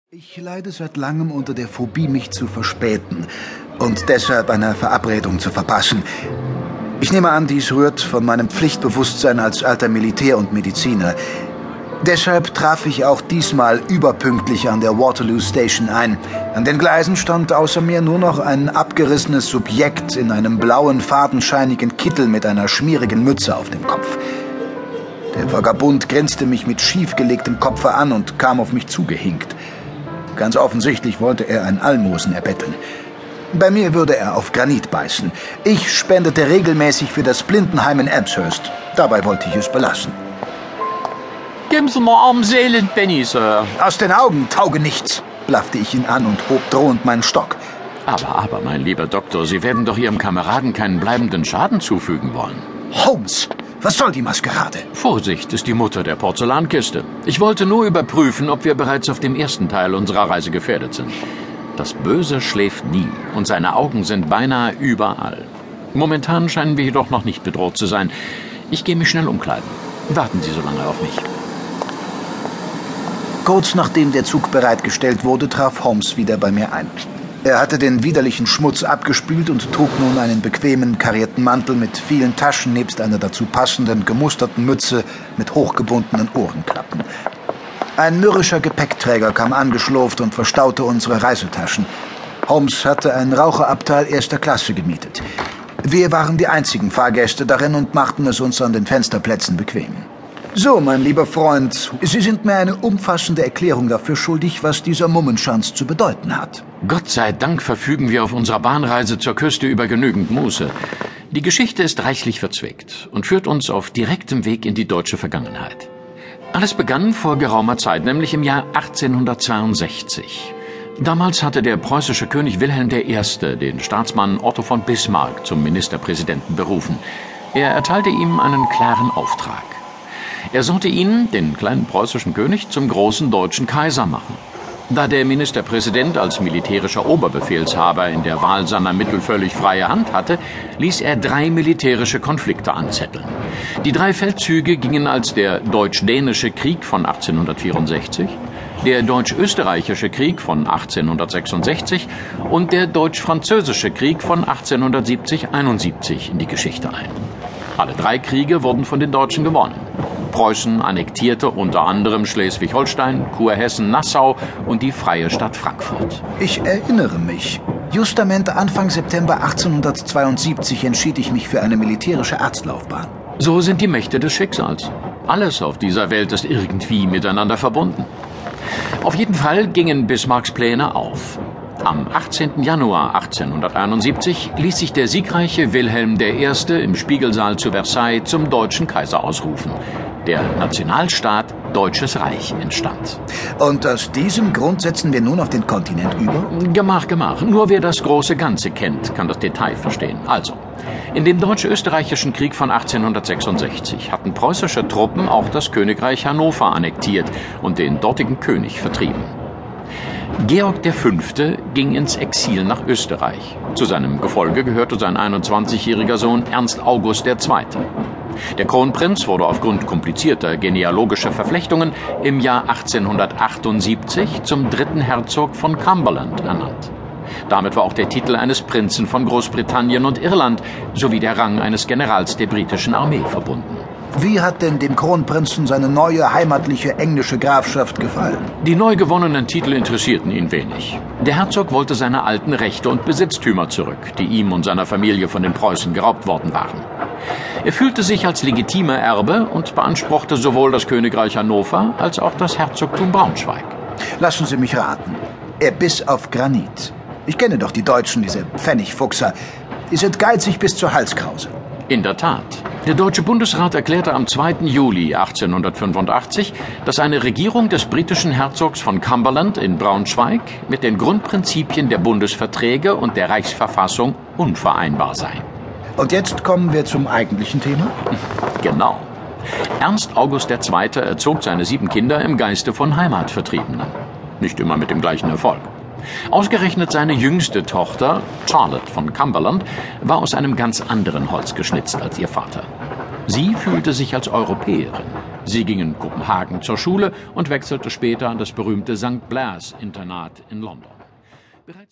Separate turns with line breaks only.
Ich leide seit langem unter der Phobie, mich zu verspäten und deshalb eine Verabredung zu verpassen. Ich nehme an, dies rührt von meinem Pflichtbewusstsein als alter Militär und Mediziner. Deshalb traf ich auch diesmal überpünktlich an der Waterloo Station ein. An den Gleisen stand außer mir nur noch ein abgerissenes Subjekt in einem blauen, fadenscheinigen Kittel mit einer schmierigen Mütze auf dem Kopf. Der Vagabund grinste mich mit schiefgelegtem Kopfe an und kam auf mich zugehinkt. Ganz offensichtlich wollte er ein Almosen erbetteln. Bei mir würde er auf Granit beißen. Ich spendete regelmäßig für das Blindenheim in Amherst. Dabei wollte ich es belassen.
Geben Sie mal armen Seelenpenny, Sir.
Aus den Augen, Taugenichts, blaffte ich ihn an und hob drohend meinen Stock.
Aber, mein lieber Doktor, Sie werden doch Ihrem Kameraden keinen bleibenden Schaden zufügen wollen.
Holmes, was soll die Maskerade?
Vorsicht ist die Mutter der Porzellankiste. Ich wollte nur überprüfen, ob wir bereits auf dem ersten Teil unserer Reise gefährdet sind. Das Böse schläft nie und seine Augen sind beinahe überall. Momentan scheinen wir jedoch noch nicht bedroht zu sein. Ich gehe mich schnell umkleiden. Warten Sie so lange auf mich.
Kurz nachdem der Zug bereitgestellt wurde, traf Holmes wieder bei mir ein. Er hatte den widerlichen Schmutz abgespült und trug nun einen bequemen, karierten Mantel mit vielen Taschen nebst einer dazu passenden, gemusterten Mütze mit hochgebundenen Ohrenklappen. Ein mürrischer Gepäckträger kam angeschlurft und verstaute unsere Reisetaschen. Holmes hatte ein Raucherabteil erster Klasse gemietet. Wir waren die einzigen Fahrgäste darin und machten es uns an den Fensterplätzen bequem. So, mein lieber Freund, Sie sind mir eine umfassende Erklärung dafür schuldig, was dieser Mummenschanz zu bedeuten hat.
Gott sei Dank verfügen wir auf unserer Bahnreise zur Küste über genügend Muße. Die Geschichte ist reichlich verzwickt und führt uns auf direktem Weg in die deutsche Vergangenheit. Alles begann vor geraumer Zeit, nämlich im Jahr 1862. Damals hatte der preußische König Wilhelm I. den Staatsmann Otto von Bismarck zum Ministerpräsidenten berufen. Er erteilte ihm einen klaren Auftrag. Er sollte ihn, den kleinen preußischen König, zum großen deutschen Kaiser machen. Da der Ministerpräsident als militärischer Oberbefehlshaber in der Wahl seiner Mittel völlig freie Hand hatte, ließ er 3 militärische Konflikte anzetteln. Die 3 Feldzüge gingen als der Deutsch-Dänische Krieg von 1864, der Deutsch-Österreichische Krieg von 1866 und der Deutsch-Französische Krieg von 1870-71 in die Geschichte ein. Alle 3 Kriege wurden von den Deutschen gewonnen. Preußen annektierte unter anderem Schleswig-Holstein, Kurhessen, Nassau und die freie Stadt Frankfurt.
Ich erinnere mich. Justament Anfang September 1872 entschied ich mich für eine militärische Arztlaufbahn.
So sind die Mächte des Schicksals. Alles auf dieser Welt ist irgendwie miteinander verbunden. Auf jeden Fall gingen Bismarcks Pläne auf. Am 18. Januar 1871 ließ sich der siegreiche Wilhelm I. im Spiegelsaal zu Versailles zum deutschen Kaiser ausrufen. Der Nationalstaat Deutsches Reich entstand.
Und aus diesem Grund setzen wir nun auf den Kontinent über?
Gemach. Nur wer das große Ganze kennt, kann das Detail verstehen. Also, in dem Deutsch-Österreichischen Krieg von 1866 hatten preußische Truppen auch das Königreich Hannover annektiert und den dortigen König vertrieben. Georg V. ging ins Exil nach Österreich. Zu seinem Gefolge gehörte sein 21-jähriger Sohn Ernst August II. Der Kronprinz wurde aufgrund komplizierter genealogischer Verflechtungen im Jahr 1878 zum 3. Herzog von Cumberland ernannt. Damit war auch der Titel eines Prinzen von Großbritannien und Irland sowie der Rang eines Generals der britischen Armee verbunden.
Wie hat denn dem Kronprinzen seine neue heimatliche englische Grafschaft gefallen?
Die neu gewonnenen Titel interessierten ihn wenig. Der Herzog wollte seine alten Rechte und Besitztümer zurück, die ihm und seiner Familie von den Preußen geraubt worden waren. Er fühlte sich als legitimer Erbe und beanspruchte sowohl das Königreich Hannover als auch das Herzogtum Braunschweig.
Lassen Sie mich raten. Er biss auf Granit. Ich kenne doch die Deutschen, diese Pfennigfuchser. Die sind geizig bis zur Halskrause.
In der Tat. Der Deutsche Bundesrat erklärte am 2. Juli 1885, dass eine Regierung des britischen Herzogs von Cumberland in Braunschweig mit den Grundprinzipien der Bundesverträge und der Reichsverfassung unvereinbar sei.
Und jetzt kommen wir zum eigentlichen Thema?
Genau. Ernst August II. Erzog seine 7 Kinder im Geiste von Heimatvertriebenen. Nicht immer mit dem gleichen Erfolg. Ausgerechnet seine jüngste Tochter, Charlotte von Cumberland, war aus einem ganz anderen Holz geschnitzt als ihr Vater. Sie fühlte sich als Europäerin. Sie ging in Kopenhagen zur Schule und wechselte später an das berühmte St. Blair's Internat in London.